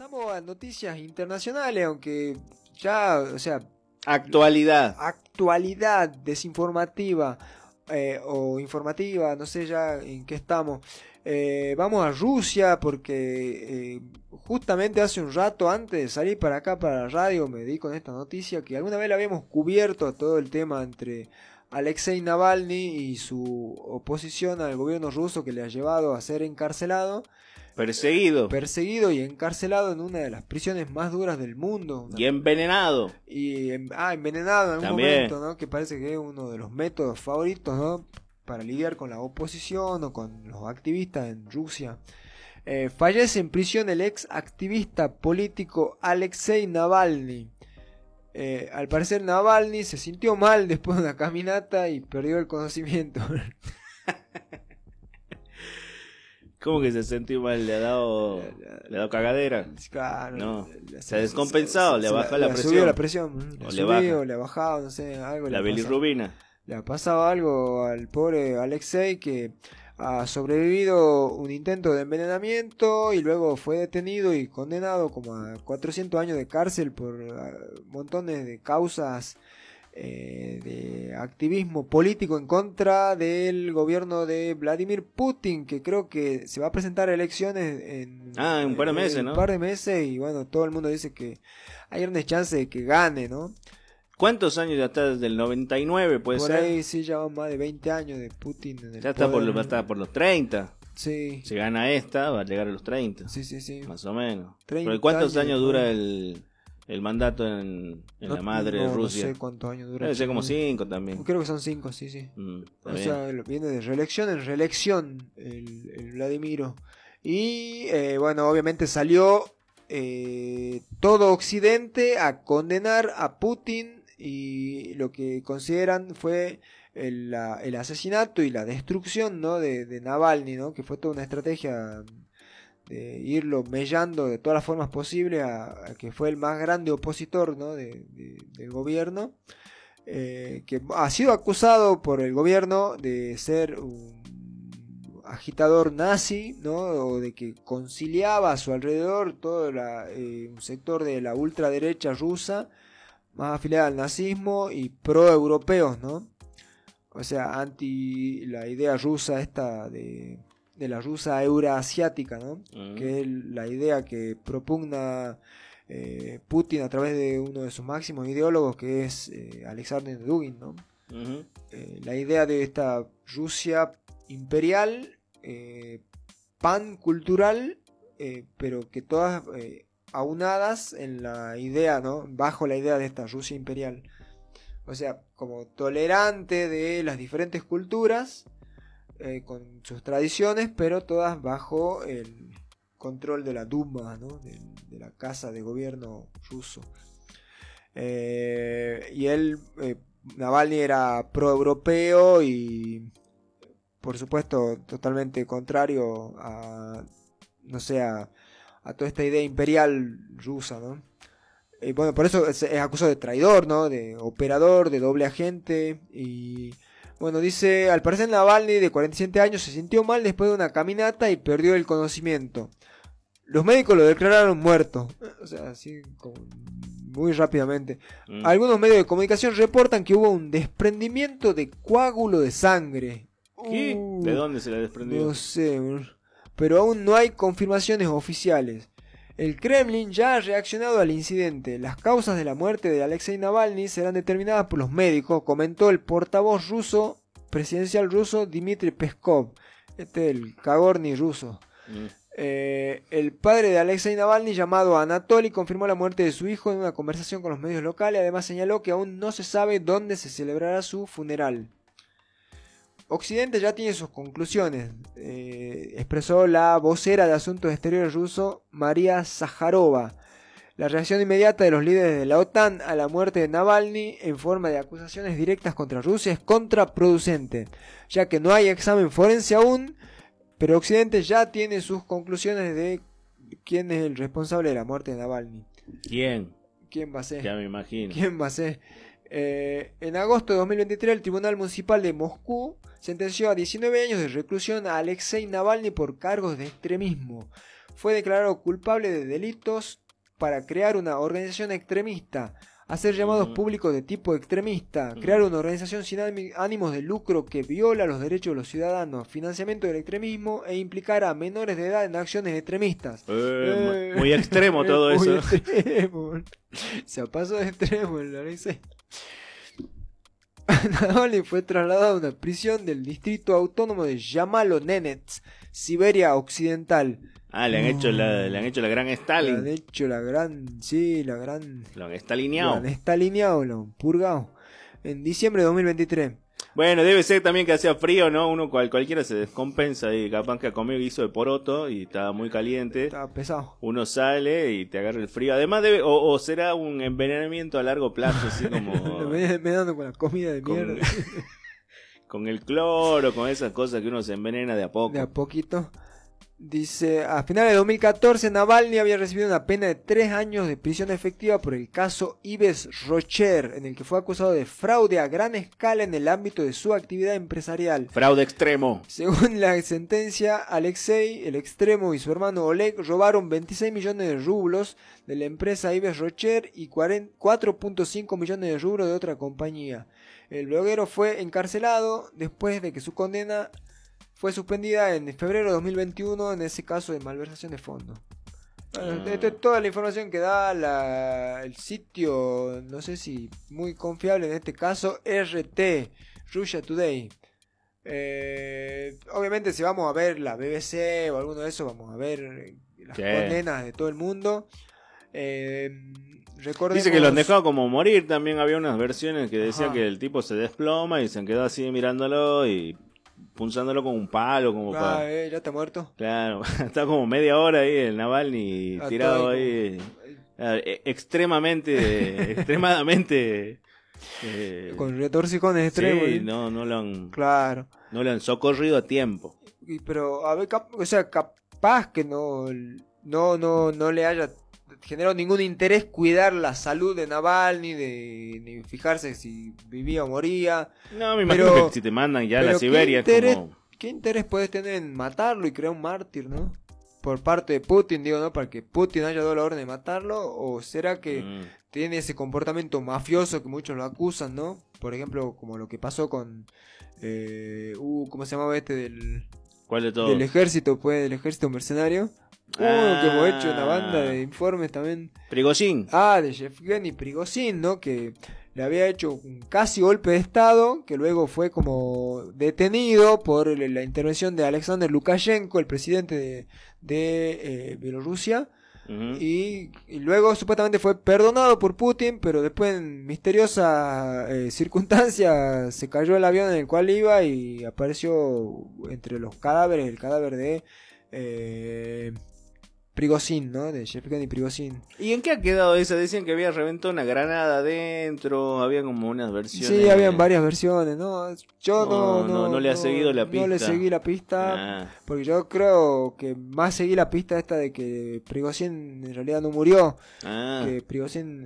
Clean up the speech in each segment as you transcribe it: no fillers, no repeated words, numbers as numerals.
Pasamos a noticias internacionales, aunque ya, o sea, actualidad desinformativa o informativa, no sé ya en qué estamos. Vamos a Rusia porque justamente hace un rato antes de salir para acá, para la radio, me di con esta noticia que alguna vez la habíamos cubierto, todo el tema entre Alexei Navalny y su oposición al gobierno ruso que le ha llevado a ser encarcelado. Perseguido y encarcelado en una de las prisiones más duras del mundo. Y envenenado. Envenenado en algún También. momento, ¿no? Que parece que es uno de los métodos favoritos, ¿no? Para lidiar con la oposición o con los activistas en Rusia. Fallece en prisión el ex activista político Alexei Navalny. Al parecer Navalny se sintió mal después de una caminata y perdió el conocimiento. ¿Cómo que se sintió mal? ¿Le ha dado cagadera? Claro, no. Se ha descompensado, le ha bajado la presión. Subió la presión. Le ha bajado, no sé, algo. La bilirrubina. Le ha pasado algo al pobre Alexei, que ha sobrevivido un intento de envenenamiento y luego fue detenido y condenado como a 400 años de cárcel por montones de causas de activismo político en contra del gobierno de Vladimir Putin, que creo que se va a presentar a elecciones en un par de meses, ¿no? Un par de meses, y bueno, todo el mundo dice que hay grandes chances de que gane, ¿no? ¿Cuántos años ya está? Desde el 99, puede ser. Por ahí sí, ya van más de 20 años de Putin en el ya está poder. va a estar por los 30. Sí. Si gana esta, va a llegar a los 30. Sí. Más o menos. ¿Pero cuántos años dura el mandato en la madre de Rusia? No sé cuántos años dura. Debe ser como 5 también. Creo que son 5, sí. O sea, viene de reelección en reelección el Vladimiro. Y bueno, obviamente salió todo Occidente a condenar a Putin, y lo que consideran fue el asesinato y la destrucción, ¿no? de Navalny, ¿no? Que fue toda una estrategia de irlo mellando de todas las formas posibles a que fue el más grande opositor, ¿no? del gobierno, que ha sido acusado por el gobierno de ser un agitador nazi, ¿no? O de que conciliaba a su alrededor todo un sector de la ultraderecha rusa más afiliada al nazismo y pro-europeos, ¿no? O sea, anti la idea rusa esta de la rusa euroasiática, ¿no? Que es la idea que propugna Putin a través de uno de sus máximos ideólogos, que es Alexander Dugin, ¿no? La idea de esta Rusia imperial, pancultural, pero que todas aunadas en la idea, ¿no? Bajo la idea de esta Rusia imperial. O sea, como tolerante de las diferentes culturas, con sus tradiciones, pero todas bajo el control de la Duma, ¿no? de la casa de gobierno ruso. Y él, Navalny, era pro-europeo y, por supuesto, totalmente contrario a, no sé, a toda esta idea imperial rusa, ¿no? Y bueno, por eso es acusado de traidor, ¿no? De operador, de doble agente. Y bueno, dice, al parecer Navalny, de 47 años, se sintió mal después de una caminata y perdió el conocimiento. Los médicos lo declararon muerto. O sea, así como muy rápidamente. Algunos medios de comunicación reportan que hubo un desprendimiento de coágulo de sangre. ¿Qué? ¿De dónde se le desprendió? No sé, pero aún no hay confirmaciones oficiales. El Kremlin ya ha reaccionado al incidente. Las causas de la muerte de Alexei Navalny serán determinadas por los médicos, comentó el portavoz presidencial ruso Dmitry Peskov. Este es el Kagorny ruso. El padre de Alexei Navalny, llamado Anatoly, confirmó la muerte de su hijo en una conversación con los medios locales. Además señaló que aún no se sabe dónde se celebrará su funeral. Occidente ya tiene sus conclusiones, expresó la vocera de Asuntos Exteriores ruso, María Zaharova. La reacción inmediata de los líderes de la OTAN a la muerte de Navalny en forma de acusaciones directas contra Rusia es contraproducente, ya que no hay examen forense aún, pero Occidente ya tiene sus conclusiones de quién es el responsable de la muerte de Navalny. ¿Quién va a ser? Ya me imagino. ¿Quién va a ser? En agosto de 2023, el Tribunal Municipal de Moscú sentenció a 19 años de reclusión a Alexei Navalny por cargos de extremismo. fue declarado culpable de delitos para crear una organización extremista, hacer llamados públicos de tipo extremista, crear una organización sin ánimos de lucro que viola los derechos de los ciudadanos, financiamiento del extremismo e implicar a menores de edad en acciones extremistas. Muy extremo todo eso. Extremo. Se pasó de extremo el Alexei. Navalny fue trasladado a una prisión del distrito autónomo de Yamalo-Nenets, Siberia Occidental. Le han hecho la gran Stalin. Le han hecho la gran. Lo han estalineado. Lo han estalineado, lo han purgado. En diciembre de 2023. Bueno, debe ser también que hacía frío, ¿no? Uno cualquiera se descompensa y capaz que comió guiso de poroto y estaba muy caliente. Estaba pesado. Uno sale y te agarra el frío. Además o será un envenenamiento a largo plazo, así como... me dando con la comida de mierda. Con el cloro, con esas cosas que uno se envenena de a poco. De a poquito. Dice, a finales de 2014 Navalny había recibido una pena de 3 años de prisión efectiva por el caso Yves Rocher, en el que fue acusado de fraude a gran escala en el ámbito de su actividad empresarial. Fraude extremo. Según la sentencia, Alexei, el extremo, y su hermano Oleg robaron 26 millones de rublos de la empresa Yves Rocher y 4.5 millones de rublos de otra compañía. El bloguero fue encarcelado después de que su condena fue suspendida en febrero de 2021 en ese caso de malversación de fondos. Bueno, esta es toda la información que da el sitio, no sé si muy confiable en este caso, RT, Russia Today. Obviamente si vamos a ver la BBC o alguno de esos, vamos a ver las condenas de todo el mundo. Dice que lo han dejado como morir. También había unas versiones que decían que el tipo se desploma y se quedó así mirándolo y punzándolo con un palo como para... ya está muerto. Claro, está como media hora ahí el Navalny tirado ahí extremadamente con retorcijones extremos. Sí, no lo han... Claro. No lo han socorrido a tiempo. Pero a ver, capaz que no le haya generado ningún interés cuidar la salud de Navalny, ni fijarse si vivía o moría. No, me imagino que si te mandan ya a la Siberia es como... ¿Qué interés puedes tener en matarlo y crear un mártir, no? Por parte de Putin, digo, ¿no? Para que Putin haya dado la orden de matarlo. ¿O será que tiene ese comportamiento mafioso que muchos lo acusan, no? Por ejemplo, como lo que pasó con... ¿cómo se llamaba este del... ¿Cuál de todos? Del ejército, pues, del ejército mercenario. Que hemos hecho una banda de informes también. Prigozhin. De Yevgeny Prigozhin, ¿no? Que le había hecho un casi golpe de estado, que luego fue como detenido por la intervención de Alexander Lukashenko, el presidente de Bielorrusia. Y luego supuestamente fue perdonado por Putin, pero después en misteriosa circunstancia se cayó el avión en el cual iba y apareció entre los cadáveres el cadáver de Prigozhin, ¿no? De Yevgeny Prigozhin. ¿Y en qué ha quedado eso? Decían que había reventado una granada adentro, había como unas versiones. Sí, habían varias versiones, ¿no? Yo no le ha seguido la pista. No le seguí la pista, porque yo creo que más seguí la pista esta de que Prigozhin en realidad no murió. Que Prigozhin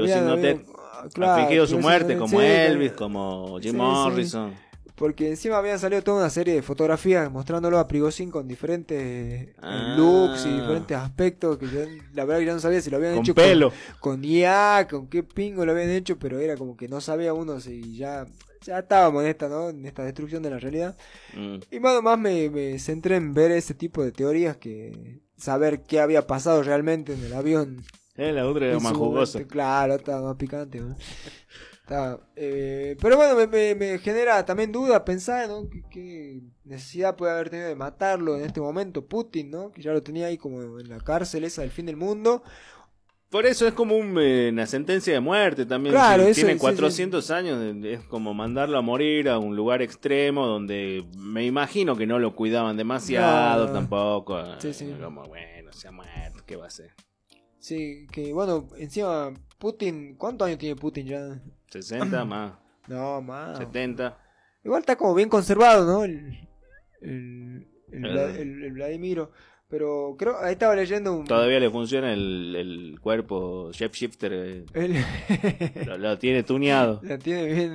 ha fingido su muerte, como Elvis, como Jim Morrison. Sí. Porque encima habían salido toda una serie de fotografías mostrándolo a Prigozhin con diferentes looks y diferentes aspectos que yo, la verdad que ya no sabía si lo habían hecho pelo. Con IA, con qué pingo lo habían hecho, pero era como que no sabía uno si ya estábamos en esta, ¿no? En esta destrucción de la realidad. Y más me centré en ver ese tipo de teorías que saber qué había pasado realmente en el avión. La otra era más jugosa. Claro, estaba más picante, ¿no? Pero bueno, me genera también duda pensar, ¿no? ¿Qué necesidad puede haber tenido de matarlo en este momento Putin, ¿no? Que ya lo tenía ahí como en la cárcel esa del fin del mundo. Por eso es como una sentencia de muerte también. Claro, si tiene 400 años, es como mandarlo a morir a un lugar extremo donde me imagino que no lo cuidaban demasiado tampoco. Como, bueno, se ha muerto, ¿qué va a hacer? Sí, que bueno, encima Putin, ¿cuántos años tiene Putin ya? 60 más. No, más. 70. Igual está como bien conservado, ¿no? El Vladimiro. Pero creo, ahí estaba leyendo todavía le funciona el cuerpo shapeshifter. Lo tiene tuneado. Lo tiene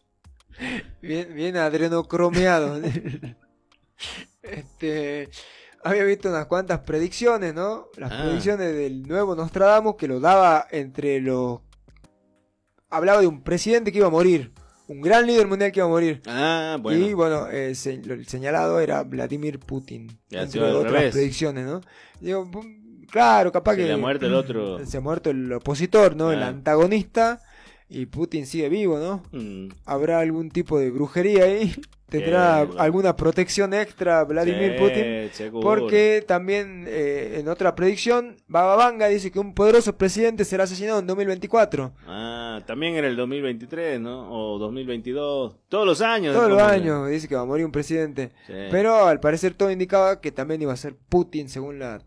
bien adrenocromeado. había visto unas cuantas predicciones, ¿no? Las predicciones del nuevo Nostradamus, que lo daba entre los... Hablaba de un presidente que iba a morir, un gran líder mundial que iba a morir. Bueno. Y bueno, el señalado era Vladimir Putin. Ya, entre otras predicciones, ¿no? Digo, claro, capaz que... Se le ha muerto el otro. Se ha muerto el opositor, ¿no? El antagonista. Y Putin sigue vivo, ¿no? ¿Habrá algún tipo de brujería ahí? ¿Tendrá alguna protección extra Vladimir Putin? Seguro. Porque también en otra predicción, Baba Vanga dice que un poderoso presidente será asesinado en 2024. También era el 2023, ¿no? O 2022. Todos los años. Todos los años dice que va a morir un presidente. Sí. Pero al parecer todo indicaba que también iba a ser Putin, según la...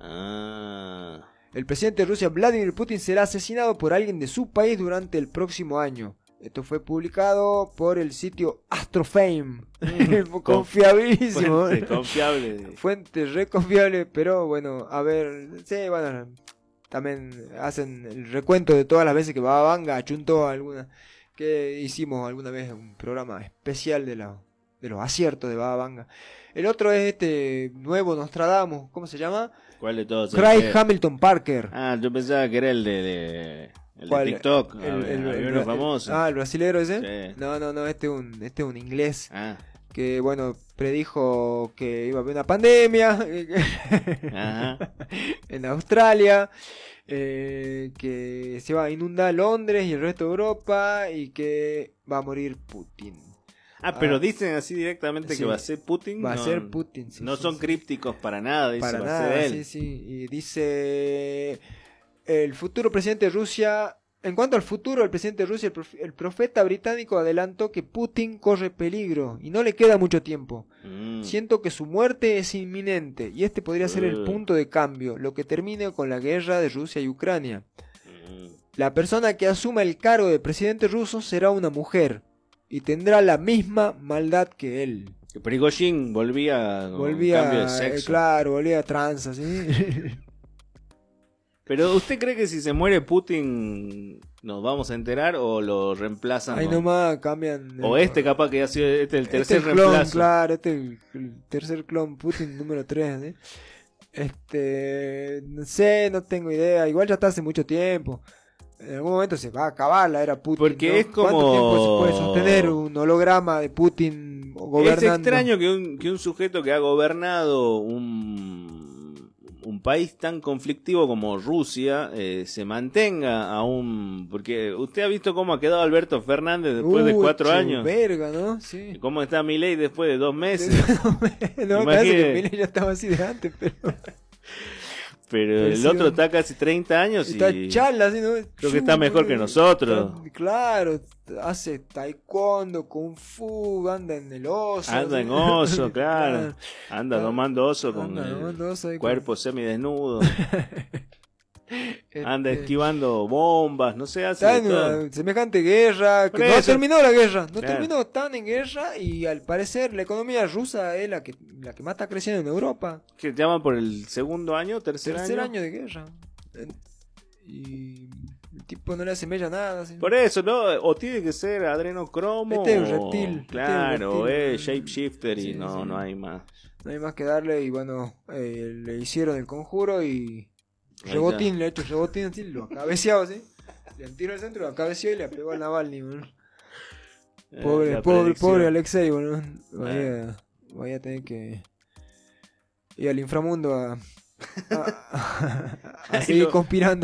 El presidente de Rusia, Vladimir Putin, será asesinado por alguien de su país durante el próximo año. Esto fue publicado por el sitio Astrofame. Confiabilísimo. Fuente confiable. Fuente re confiable, pero bueno, a ver, sí, bueno, también hacen el recuento de todas las veces que Baba Vanga achuntó alguna, que hicimos alguna vez un programa especial de los aciertos de Baba Vanga. El otro es este nuevo Nostradamus, ¿cómo se llama? ¿Cuál de todos? Craig Hamilton Parker. Yo pensaba que era el de TikTok, el famoso. ¿El brasilero ese? Sí. No, este es un inglés. Que bueno, predijo que iba a haber una pandemia en Australia, que se iba a inundar Londres y el resto de Europa y que va a morir Putin. Pero dicen así directamente que va a ser Putin. Va a ser Putin, sí. No son crípticos para nada, dice, para va nada, a ser él. Sí. Y dice el futuro presidente de Rusia. En cuanto al futuro del presidente de Rusia, el profeta británico adelantó que Putin corre peligro y no le queda mucho tiempo. Siento que su muerte es inminente y este podría ser el punto de cambio, lo que termine con la guerra de Rusia y Ucrania. La persona que asuma el cargo de presidente ruso será una mujer y tendrá la misma maldad que él. Que Prigozhin volvía cambio de sexo. Claro, volvía trans, ¿sí? Pero ¿usted cree que si se muere Putin nos vamos a enterar o lo reemplazan? Ahí nomás cambian. O capaz que ha sido el tercer clon, reemplazo. Claro, el tercer clon Putin número 3, ¿sí? No sé, no tengo idea. Igual ya está hace mucho tiempo. En algún momento se va a acabar la era Putin. Porque ¿no? es como... ¿Cuánto tiempo se puede sostener un holograma de Putin gobernando? Es extraño que un sujeto que ha gobernado un país tan conflictivo como Rusia se mantenga aún... Porque usted ha visto cómo ha quedado Alberto Fernández después de 4 años. Verga, ¿no? Sí. ¿Cómo está Milei después de 2 meses? No, parece que Milei ya estaba así de antes, pero el otro está casi 30 años está y chala, así, ¿no? Creo que está mejor que nosotros. Claro, hace taekwondo, kung fu, anda en el oso. Anda en oso, claro. Anda domando oso con el cuerpo semidesnudo. Anda esquivando bombas, no sé, hace está en una semejante guerra, que no terminó la guerra, terminó, están en guerra y al parecer la economía rusa es la que más está creciendo en Europa. ¿Qué te llaman por el segundo año, tercer año de guerra? Y el tipo no le asemella nada. ¿Sí? Por eso, ¿no? O tiene que ser adrenocromo. Es un reptil. Claro, es shapeshifter y no hay más. No hay más que darle y bueno, le hicieron el conjuro y... Rebotín, le ha hecho rebotín así, lo ha cabeceado así. Le han tirado al centro, lo acabeció y le pegó al Navalny, bueno. Pobre Alexei, bueno. Voy a tener que ir al inframundo a seguir conspirando.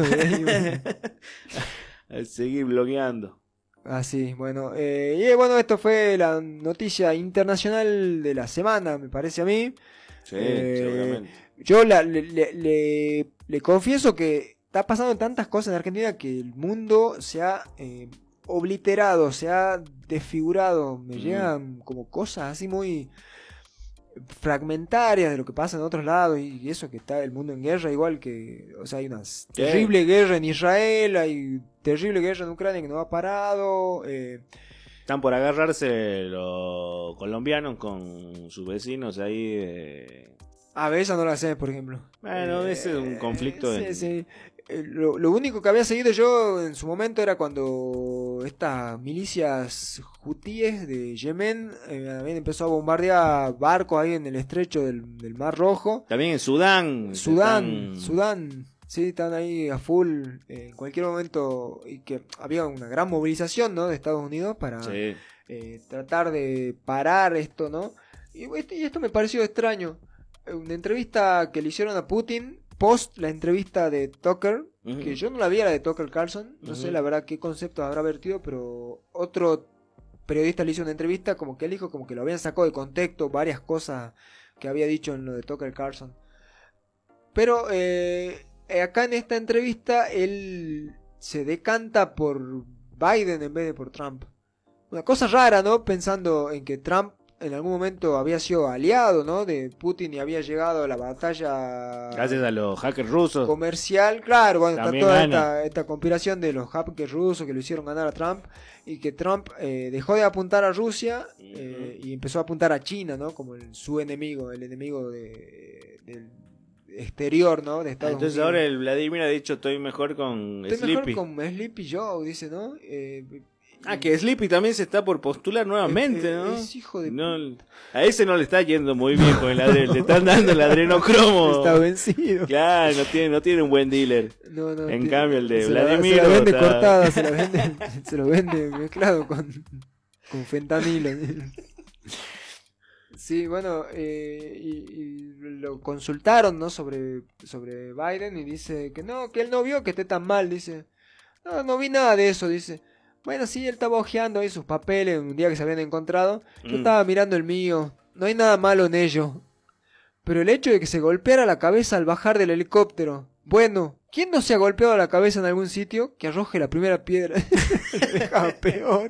A seguir bloqueando. Así, bueno. Y bueno, esto fue la noticia internacional de la semana, me parece a mí. Sí, seguramente. Yo le confieso que está pasando tantas cosas en Argentina que el mundo se ha obliterado, se ha desfigurado. Me llegan como cosas así muy fragmentarias de lo que pasa en otros lados y eso que está el mundo en guerra, igual que, o sea, hay una terrible guerra en Israel, hay terrible guerra en Ucrania que no ha parado. Están por agarrarse los colombianos con sus vecinos ahí A ver, esa no la sé, por ejemplo. Bueno, ese es un conflicto. Sí. Lo único que había seguido yo en su momento era cuando estas milicias hutíes de Yemen habían empezado a bombardear barcos ahí en el estrecho del Mar Rojo. También en Sudán. Sudán. Sí, están ahí a full en cualquier momento. Y que había una gran movilización, ¿no? De Estados Unidos para tratar de parar esto, ¿no? Y esto me pareció extraño. Una entrevista que le hicieron a Putin post la entrevista de Tucker, que yo no la vi, la de Tucker Carlson, no sé la verdad qué conceptos habrá vertido, pero otro periodista le hizo una entrevista como que él dijo como que lo habían sacado de contexto varias cosas que había dicho en lo de Tucker Carlson. Pero acá en esta entrevista él se decanta por Biden en vez de por Trump. Una cosa rara, ¿no? Pensando en que Trump en algún momento había sido aliado, ¿no? De Putin y había llegado a la batalla. Gracias a los hackers rusos. Comercial, claro, bueno, también está toda esta conspiración de los hackers rusos que lo hicieron ganar a Trump y que Trump dejó de apuntar a Rusia y empezó a apuntar a China, ¿no? Como su enemigo, el enemigo del exterior, ¿no? De Estados Entonces Unidos. Ahora el Vladimir ha dicho estoy mejor con Sleepy. Mejor con Sleepy Joe, dice, ¿no? Que Sleepy también se está por postular nuevamente, ¿no? Es hijo de... A ese no le está yendo muy bien con el adrenocromo. Le están dando el adrenocromo. Está vencido. Claro, no tiene un buen dealer. No, en cambio, el de Vladimir... Se la vende cortada, se lo vende mezclado con fentanilo. Sí, bueno, y lo consultaron, ¿no? sobre Biden y dice que él no vio que esté tan mal, dice. No vi nada de eso, dice. Bueno, sí, él estaba hojeando ahí sus papeles un día que se habían encontrado. Yo estaba mirando el mío. No hay nada malo en ello. Pero el hecho de que se golpeara la cabeza al bajar del helicóptero. Bueno, ¿quién no se ha golpeado la cabeza en algún sitio? Que arroje la primera piedra. Dejaba peor.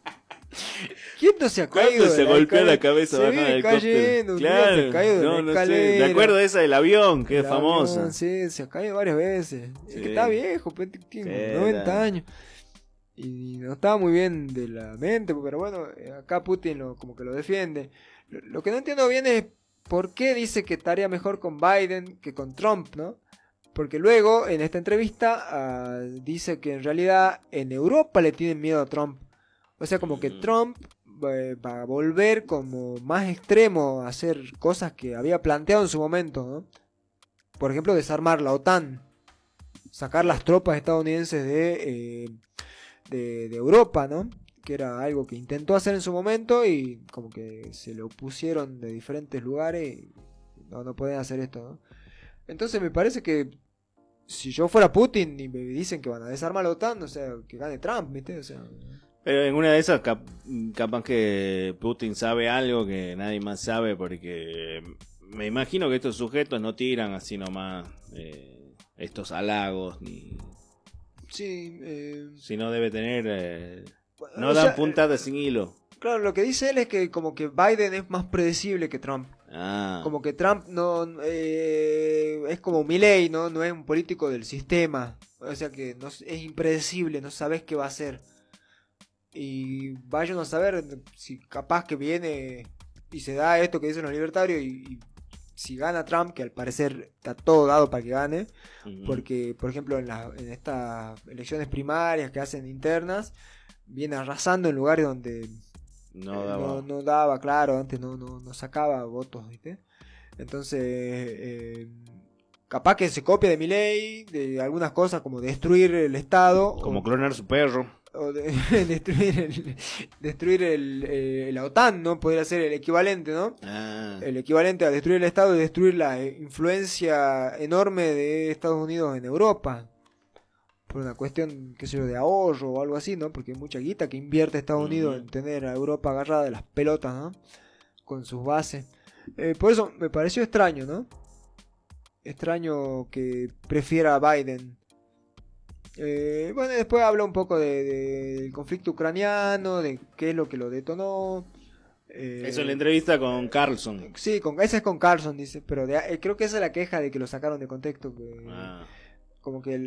¿Quién no se ha caído? ¿Cuándo se golpeó la cabeza se bajando del helicóptero? Cayendo, claro, se ha caído de la escalera. Sé. Me acuerdo de esa del avión, que es famosa. Sí, se ha caído varias veces. Sí. Es que está viejo, tiene 90 años. Y no estaba muy bien de la mente, pero bueno, acá Putin como que lo defiende. Lo que no entiendo bien es por qué dice que estaría mejor con Biden que con Trump, ¿no? Porque luego, en esta entrevista, dice que en realidad en Europa le tienen miedo a Trump. O sea, como que Trump va a volver como más extremo a hacer cosas que había planteado en su momento, ¿no? Por ejemplo, desarmar la OTAN. Sacar las tropas estadounidenses de Europa, ¿no? Que era algo que intentó hacer en su momento y como que se le opusieron de diferentes lugares y no pueden hacer esto, ¿no? Entonces me parece que si yo fuera Putin y me dicen que van a desarmar la OTAN, o sea, que gane Trump, ¿viste? O sea... Pero en una de esas capaz que Putin sabe algo que nadie más sabe, porque me imagino que estos sujetos no tiran así nomás estos halagos ni... Sí, si no debe tener... no dan puntadas sin hilo. Claro, lo que dice él es que como que Biden es más predecible que Trump. Como que Trump no es como Milley, ¿no? No es un político del sistema. O sea que es impredecible, no sabes qué va a hacer. Y vayan a saber si capaz que viene y se da esto que dicen los libertarios y si gana Trump, que al parecer está todo dado para que gane, porque por ejemplo en estas elecciones primarias que hacen internas, viene arrasando en lugares donde no daba, claro, antes no sacaba votos, ¿viste? Entonces capaz que se copia de Milley, de algunas cosas como destruir el Estado, como clonar su perro, o destruir la OTAN, ¿no? Podría ser el equivalente, ¿no? El equivalente a destruir el Estado y destruir la influencia enorme de Estados Unidos en Europa. Por una cuestión, qué sé yo, de ahorro o algo así, ¿no? Porque hay mucha guita que invierte Estados Unidos en tener a Europa agarrada de las pelotas, ¿no? Con sus bases. Por eso me pareció extraño, ¿no? Extraño que prefiera a Biden. Bueno, después habla un poco del conflicto ucraniano, de qué es lo que lo detonó. Eso en la entrevista con Carlson. Sí, esa es con Carlson, dice, pero creo que esa es la queja de que lo sacaron de contexto. Como que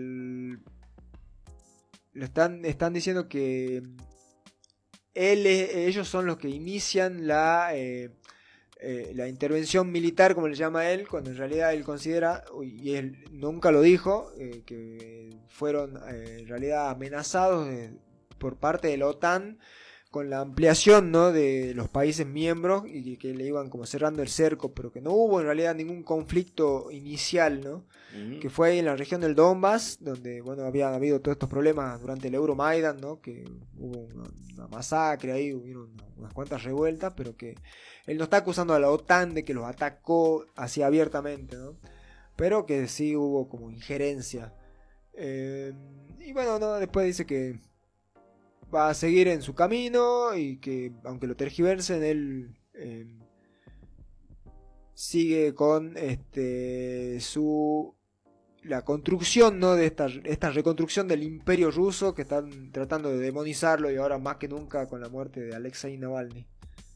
están diciendo que ellos son los que inician la intervención militar, como le llama él, cuando en realidad él considera, y él nunca lo dijo, que fueron en realidad amenazados por parte de la OTAN con la ampliación, ¿no?, de los países miembros y que le iban como cerrando el cerco, pero que no hubo en realidad ningún conflicto inicial, ¿no? Que fue ahí en la región del Donbass, donde bueno, habían habido todos estos problemas durante el Euromaidan, ¿no?, que hubo una masacre ahí, hubieron unas cuantas revueltas, pero que él no está acusando a la OTAN de que los atacó así abiertamente, ¿no?, pero que sí hubo como injerencia. Y bueno, no, después dice que va a seguir en su camino y que aunque lo tergiversen, él sigue con la construcción, ¿no?, de esta reconstrucción del imperio ruso, que están tratando de demonizarlo, y ahora más que nunca con la muerte de Alexei Navalny.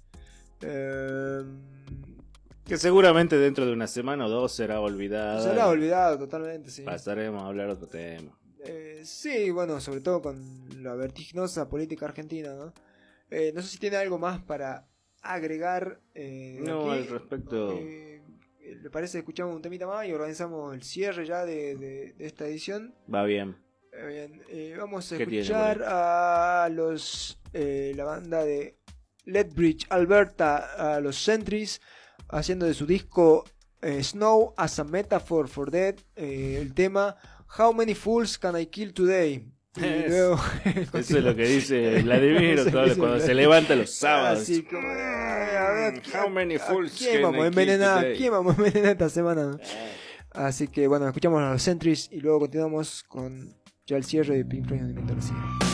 Que seguramente dentro de una semana o dos será olvidado. Será olvidado totalmente, sí. Pasaremos a hablar otro tema. Sí, bueno, sobre todo con la vertiginosa política argentina, ¿no? No sé si tiene algo más para agregar. No, aquí. al respecto. ¿Le parece que escuchamos un temita más y organizamos el cierre ya de esta edición? Va bien. Bien, vamos a escuchar a la banda de Lethbridge, Alberta, a los Sentries, haciendo de su disco Snow as a Metaphor for Death, el tema How Many Fools Can I Kill Today? Y luego, eso es lo que dice Vladimir cuando se levanta los sábados. Así como, How many fools ¿quién vamos a envenenar esta semana? Así que bueno, escuchamos a los Sentries y luego continuamos con ya el cierre de Pink Floyd and the Metal Sea.